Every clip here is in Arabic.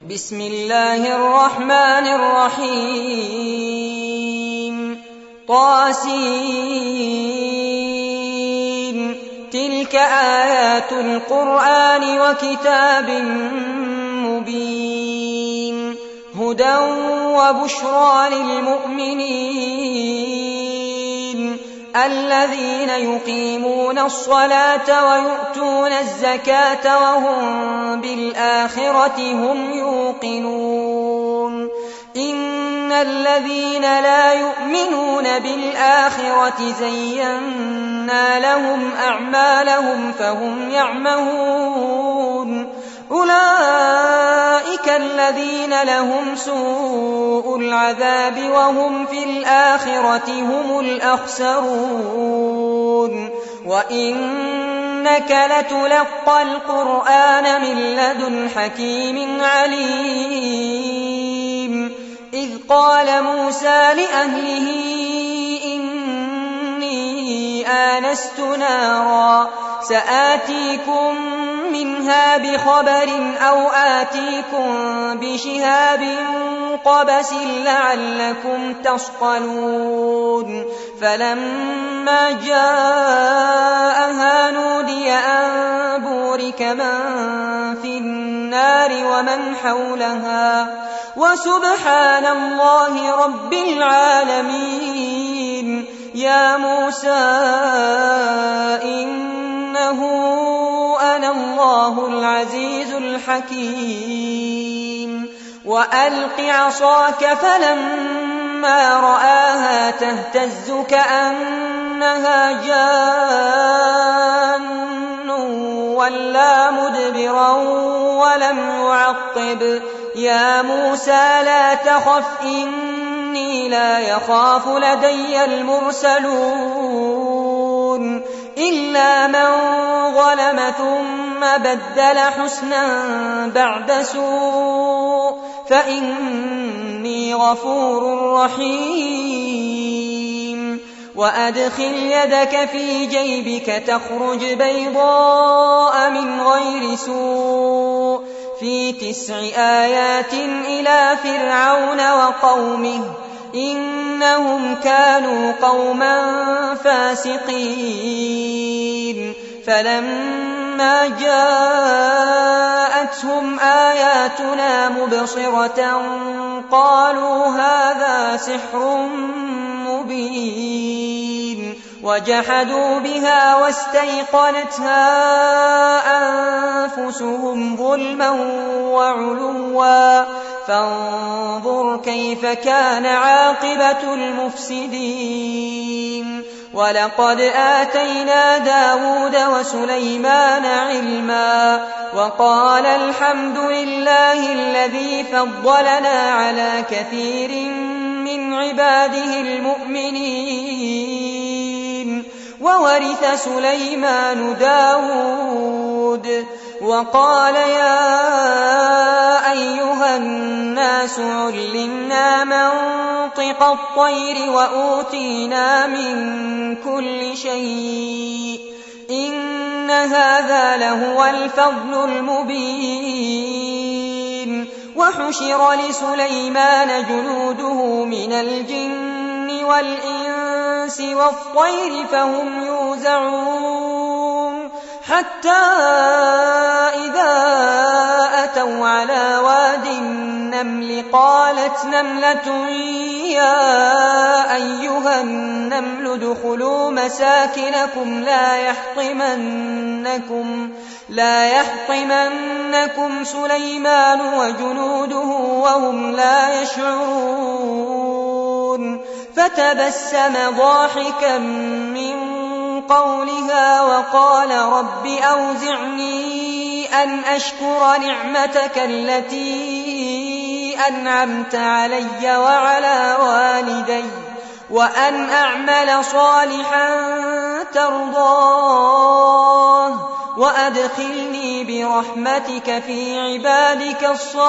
بسم الله الرحمن الرحيم طاسين تلك آيات القرآن وكتاب مبين هدى وبشرى للمؤمنين الذين يقيمون الصلاة ويؤتون الزكاة وهم بالآخرة هم يوقنون إن الذين لا يؤمنون بالآخرة زينا لهم أعمالهم فهم يعمهون أولئك الذين لهم سوء العذاب وهم في الآخرة هم الأخسرون وإنك لتلقى القرآن من لدن حكيم عليم إذ قال موسى لأهله إني آنست نارا سآتيكم منها بخبر أو آتيكم بشهاب قبس لعلكم تصطلون فلما جاءها نودي أن بورك من في النار ومن حولها وسبحان الله رب العالمين يا موسى إنه أنا الله العزيز الحكيم وألق عصاك فلما رآها تهتز كأنها جان ولا مدبرا ولم يعقب يا موسى لا تخف إني لا يخاف لدي المرسلون إلا من ظلم ثم بدل حسنا بعد سوء فإني غفور رحيم وأدخل يدك في جيبك تخرج بيضاء من غير سوء في 9 آيات إلى فرعون وقومه إنهم كانوا قوما فاسقين فلما جاءتهم آياتنا مبصرة قالوا هذا سحر مبين وجحدوا بها واستيقنتها أنفسهم ظلما وعلوا فانظر كيف كان عاقبة المفسدين ولقد آتينا داود وسليمان علما وقال الحمد لله الذي فضلنا على كثير من عباده المؤمنين وورث سليمان داود وقال يا أيها الناس علمنا منطق الطير وأوتينا من كل شيء إن هذا لهو الفضل المبين وحشر لسليمان جنوده من الجن والإنس والطير فهم يوزعون حتى إذا أتوا على واد النمل قالت نملة يا أيها النمل ادخلوا مساكنكم لا يحطمنكم سليمان وجنوده وهم لا يشعرون فتبسم ضاحكا من قولها وقال رب أوزعني أن أشكر نعمتك التي أنعمت علي وعلى والدي وأن أعمل صالحا ترضاه وأدخلني برحمتك في عبادك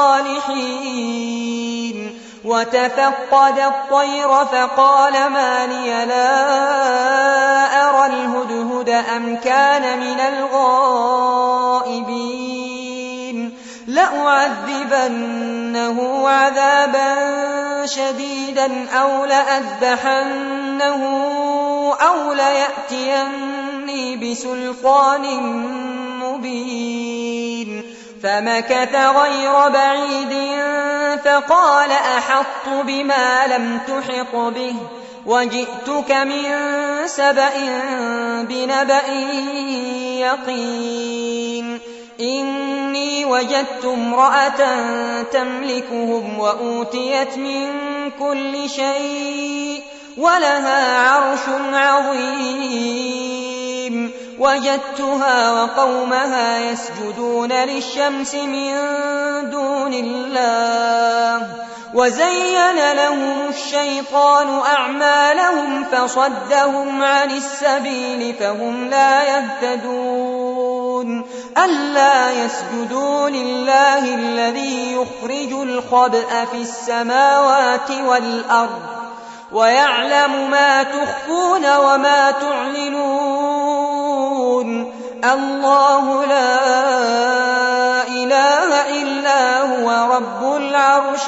الصالحين وتفقد الطير فقال ما لي لا أرى الهدهد أم كان من الغائبين لأعذبنه عذابا شديدا أو لأذبحنه أو ليأتيني بسلطان مبين. فمكث غير بعيد فقال أحطت بما لم تحط به وجئتك من سبأ بنبأ يقين. إني وجدت امرأة تملكهم وأوتيت من كل شيء ولها عرش عظيم. وجدتها وقومها يسجدون للشمس من دون الله وزين لهم الشيطان أعمالهم فصدهم عن السبيل فهم لا يهتدون. ألا يسجدوا لله الذي يخرج الخبأ في السماوات والأرض ويعلم ما تخفون وما تعلنون. الله لا إله إلا هو رب العرش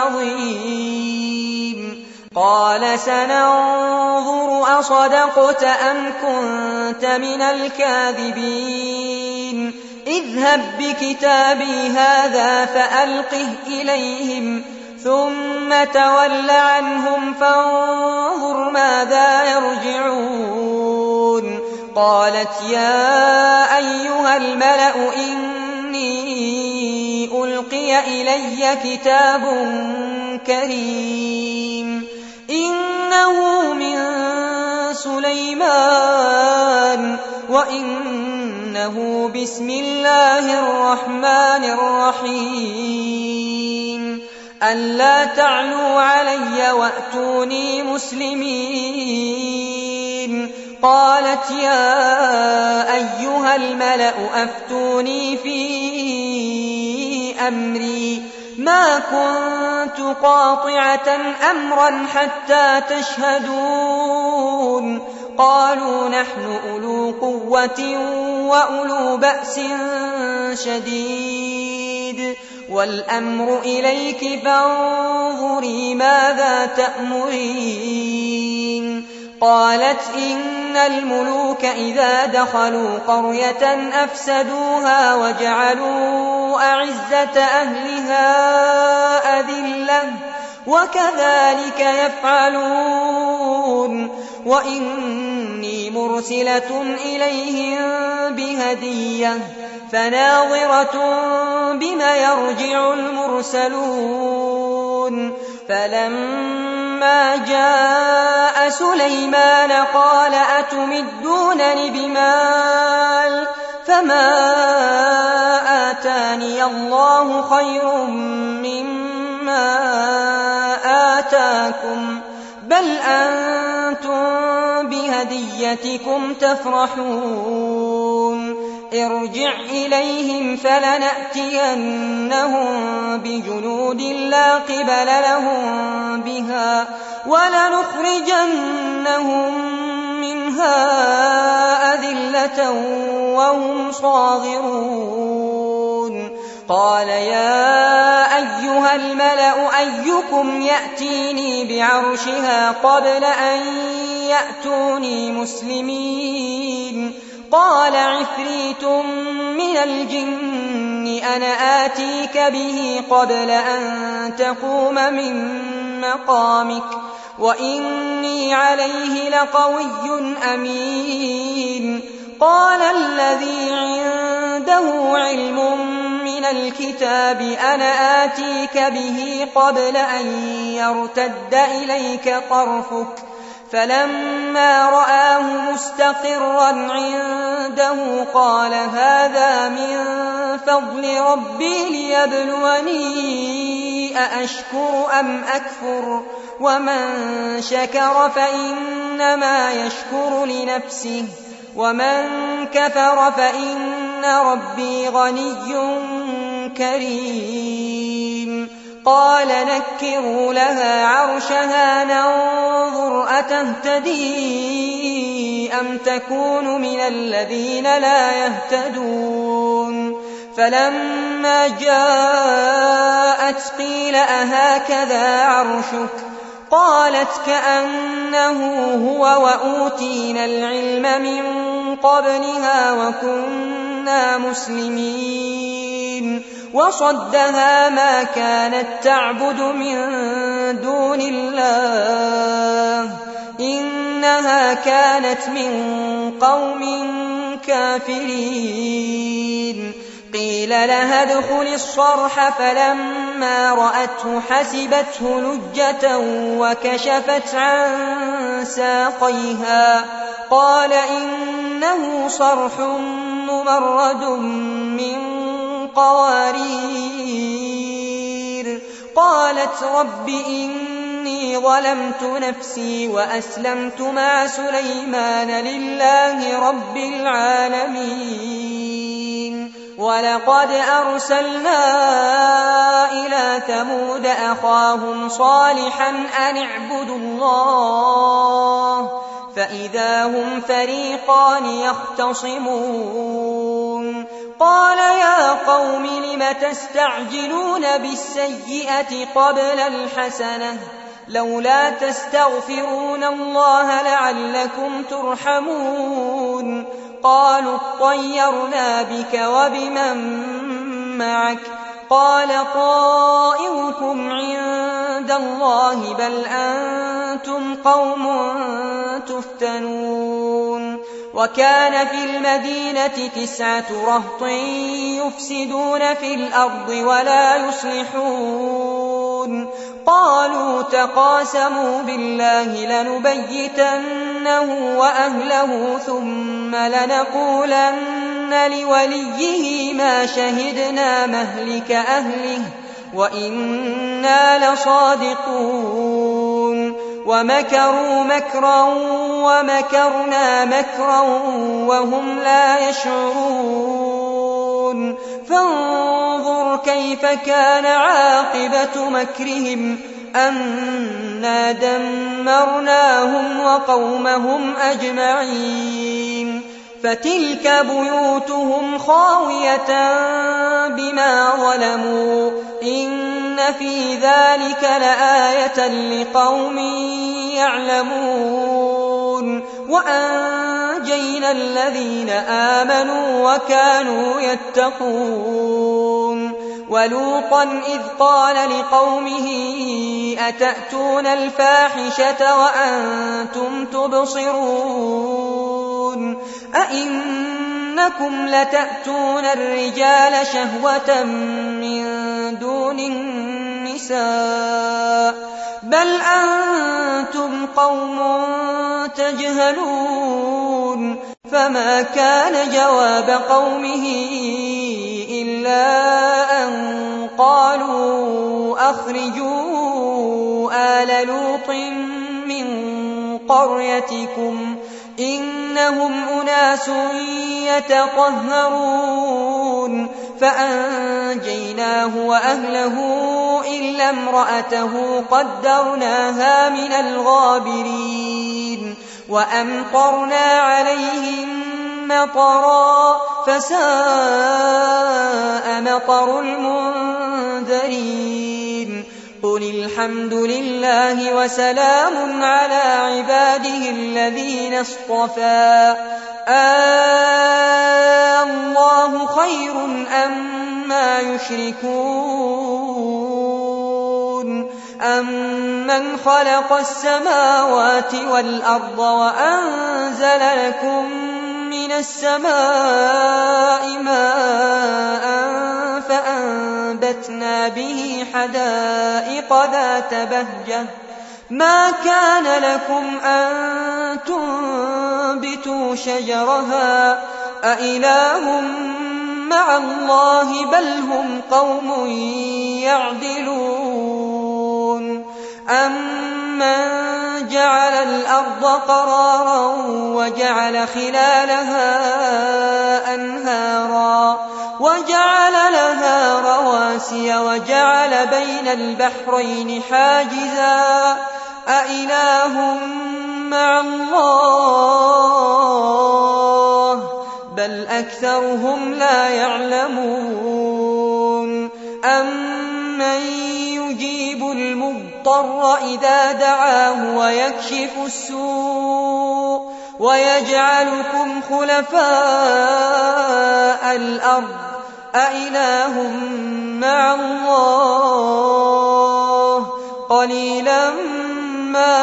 العظيم. قال سننظر أصدقت أم كنت من الكاذبين. اذهب بكتابي هذا فألقه إليهم ثم تول عنهم فانظر ماذا يرجعون. قالت يا أيها الملأ إني ألقي إلي كتاب كريم إنه من سليمان وإنه بسم الله الرحمن الرحيم. ألا تعلوا علي وأتوني مسلمين. قالت يا أيها الملأ أفتوني في أمري ما كنت قاطعة أمرا حتى تشهدون. قالوا نحن أولو قوة وأولو بأس شديد والأمر إليك فانظري ماذا تأمرين. قالت إن الملوك إذا دخلوا قرية أفسدوها وجعلوا أعزة أهلها أذلة وكذلك يفعلون. وإني مرسلة إليهم بهدية فناظرة بما يرجع المرسلون. فلما جاء سليمان قال أتمدونني بمال فما آتاني الله خير مما آتاكم بل أنتم بهديتكم تفرحون. ارجع إليهم فلنأتينهم بجنود لا قبل لهم بها ولنخرجنهم منها أذلة وهم صاغرون. قال يا أيها الملأ أيكم يأتيني بعرشها قبل أن يأتوني مسلمين. قال عفريت من الجن أنا آتيك به قبل أن تقوم من مقامك وإني عليه لقوي أمين. قال الذي عنده علم من الكتاب أنا آتيك به قبل أن يرتد إليك طرفك فلما رآه مستقرا عنده قال هذا من فضل ربي ليبلوني أأشكر أم أكفر ومن شكر فإنما يشكر لنفسه ومن كفر فإن ربي غني كريم. قال نكروا لها عرشها ننظر أتهتدي أم تكون من الذين لا يهتدون. فلما جاءت قيل أهكذا عرشك قالت كأنه هو وأوتينا العلم من قبلها وكنا مسلمين وصدها ما كانت تعبد من دون الله إنها كانت من قوم كافرين قيل لها ادخل الصرح فلما رأته حسبته لجة وكشفت عن ساقيها قال إنه صرح ممرد من قوارير قالت رب إني ظلمت نفسي وأسلمت مع سليمان لله رب العالمين ولقد أرسلنا إلى ثمود أخاهم صالحا أن اعبدوا الله فإذا هم فريقان يختصمون قال يا قوم لم تستعجلون بالسيئة قبل الحسنة لولا تستغفرون الله لعلكم ترحمون قالوا اطيرنا بك وبمن معك قال طائركم عند الله بل أنتم قوم تفتنون وكان في المدينة 9 رهط يفسدون في الأرض ولا يصلحون قالوا تقاسموا بالله لنبيتنه وأهله ثم لنقولن لوليه ما شهدنا مهلك أهله وإنا لصادقون ومكروا مكرا ومكرنا مكرا وهم لا يشعرون فانظر كيف كان عاقبة مكرهم أنا دمرناهم وقومهم أجمعين فتلك بيوتهم خاوية بما ظلموا إن في ذلك لآية لقوم يعلمون وأنجينا الذين آمنوا وكانوا يتقون ولوطا إذ قال لقومه أتأتون الفاحشة وأنتم تبصرون أئنكم لتأتون الرجال شهوة من دون النساء بل أنتم قوم تجهلون فما كان جواب قومه إلا أن قالوا أخرجوا آل لوط من قريتكم إنهم أناس يتطهرون فأنجيناه وأهله إلا امرأته قدرناها من الغابرين وأمطرنا عليهم مطرا فساء مطر المنذرين قل الحمد لله وسلام على عباده الذين اصطفى الله خير أما يشركون أمن خلق السماوات والأرض وأنزل لكم من السماء ماء فأنبتنا به حدائق ذات بهجة ما كان لكم أن تنبتوا شجرها أإله مع الله بل هم قوم يعدلون أمن جعل الأرض قرارا وجعل خلالها أنهارا وجعل لها رواسي وجعل بين البحرين حاجزا أإله مع الله بل أكثرهم لا يعلمون أمن يجيب المضطر إذا دعاه ويكشف السوء ويجعلكم خلفاء الأرض أإله مع الله قليلا ما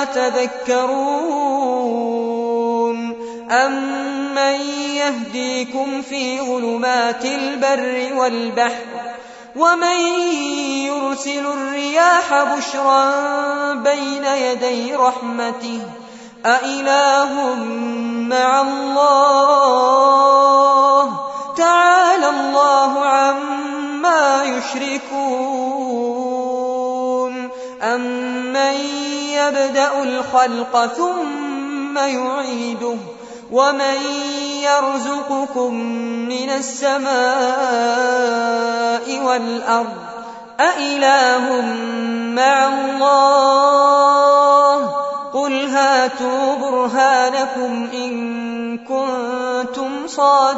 تذكرون أمن يهديكم في ظلمات البر والبحر ومن يرسل الرياح بشرا بين يدي رحمته أإله مع الله تعالى الله عما يشركون أمن يبدأ الخلق ثم يعيده ومن يرزقكم من السماء والأرض أإله مع الله قل هاتوا برهانكم إن كنتم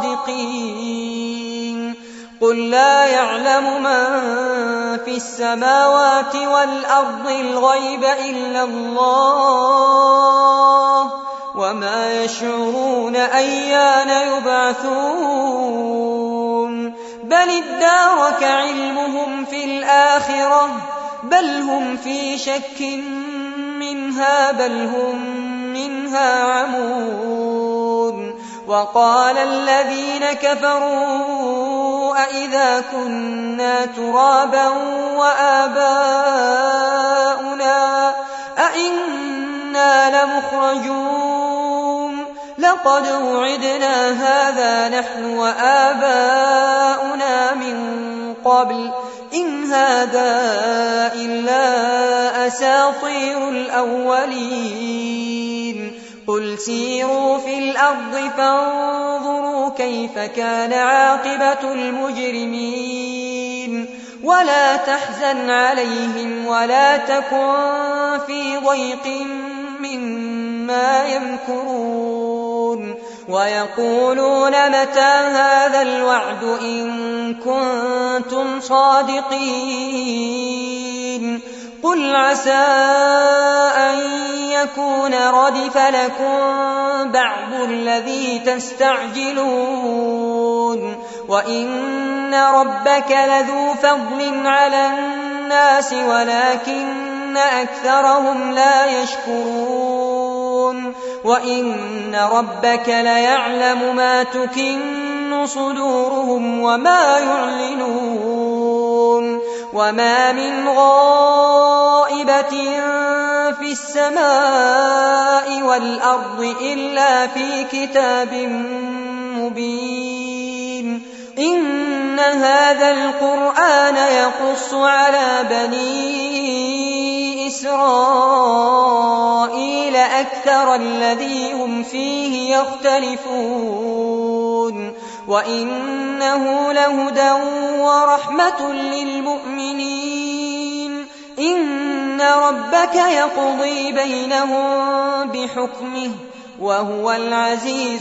صادقين قل لا يعلم من في السماوات والأرض الغيب إلا الله وما يشعرون أيان يبعثون بل ادارك علمهم في الآخرة بل هم في شك منها بل هم منها عمون وقال الذين كفروا أئذا كنا ترابا وآباؤنا أئنا لمخرجون لقد وعدنا هذا نحن وآباؤنا من قبل إن هذا إلا أساطير الأولين قل سيروا في الأرض فانظروا كيف كان عاقبة المجرمين ولا تحزن عليهم ولا تكن في ضيق مما يمكرون ويقولون متى هذا الوعد إن كنتم صادقين قل عسى أن يكون ردف لكم بعض الذي تستعجلون وإن ربك لذو فضل على الناس ولكن أكثرهم لا يشكرون وإن ربك ليعلم ما تكن صدورهم وما يعلنون وما من غائبة في السماء والأرض إلا في كتاب مبين إن هذا القرآن يقص على بني إسرائيل أكثر الذي هم فيه يختلفون وإنه لهدى ورحمة للمؤمنين إن ربك يقضي بينهم بحكمه وهو العزيز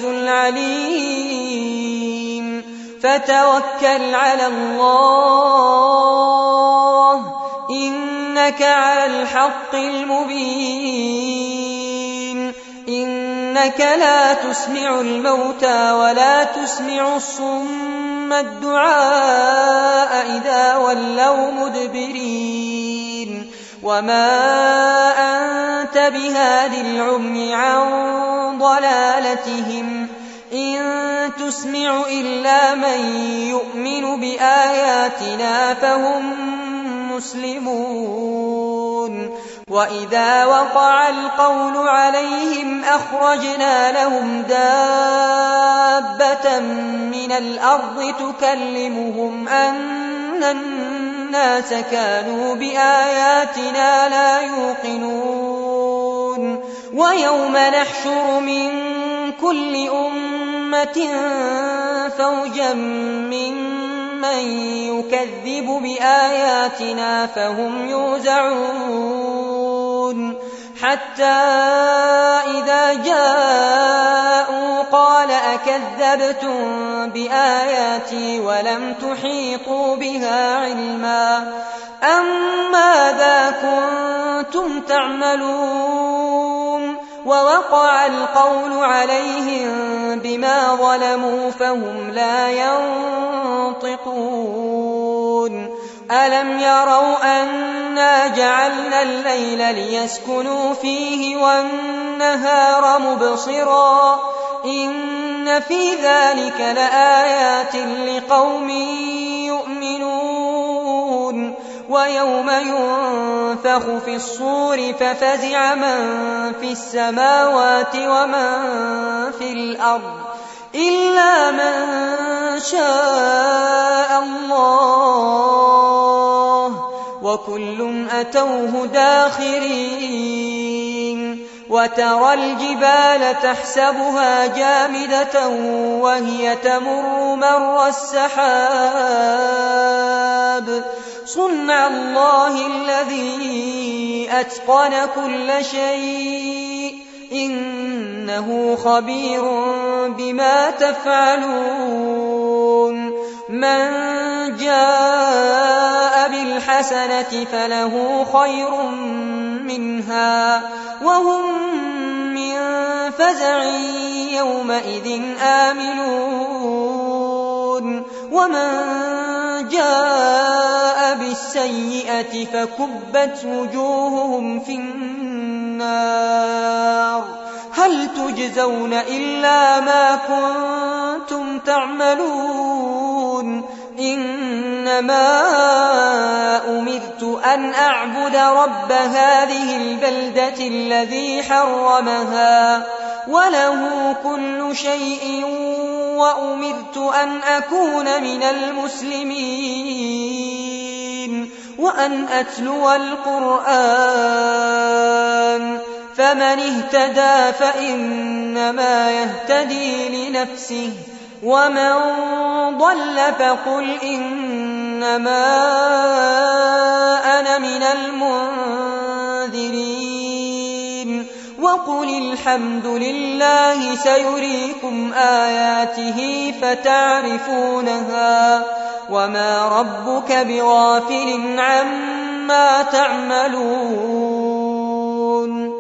العليم فتوكل على الله إنك على الحق المبين إنك لا تسمع الموتى ولا تسمع الصم الدعاء إذا ولوا مدبرين وما أنت بهاد العمي عن ضلالتهم إن تسمع إلا من يؤمن بآياتنا فهم مسلمون وإذا وقع القول عليهم أخرجنا لهم دابة من الأرض تكلمهم أن الناس كانوا بآياتنا لا يوقنون ويوم نحشر من كل أمة فوجا ممن يكذب بآياتنا فهم يوزعون حتى إذا جاءوا قال أكذبتم بآياتي ولم تحيطوا بها علما ماذا كنتم تعملون ووقع القول عليهم بما ظلموا فهم لا ينطقون ألم يروا أنا جعلنا الليل ليسكنوا فيه والنهار مبصرا إن في ذلك لآيات لقوم يؤمنون ويوم ينفخ في الصور ففزع من في السماوات ومن في الأرض إلا من شاء الله وكل أتوه داخرين وترى الجبال تحسبها جامدة وهي تمر مر السحاب صنع الله الذي أتقن كل شيء إنه خبير بما تفعلون من جاء بالحسنة فله خير منها وهم من فزع يومئذ آمنون ومن جاء بالسيئة فكبت وجوههم في النار هل تجزون إلا ما كنتم تعملون إنما أمرت أن أعبد رب هذه البلدة الذي حرمها وله كل شيء وأمرت أن أكون من المسلمين وأن أتلو القرآن فمن اهتدى فإنما يهتدي لنفسه ومن ضل فقل إنما أنا من المنذرين وقل الحمد لله سيريكم آياته فتعرفونها وما ربك بغافل عما تعملون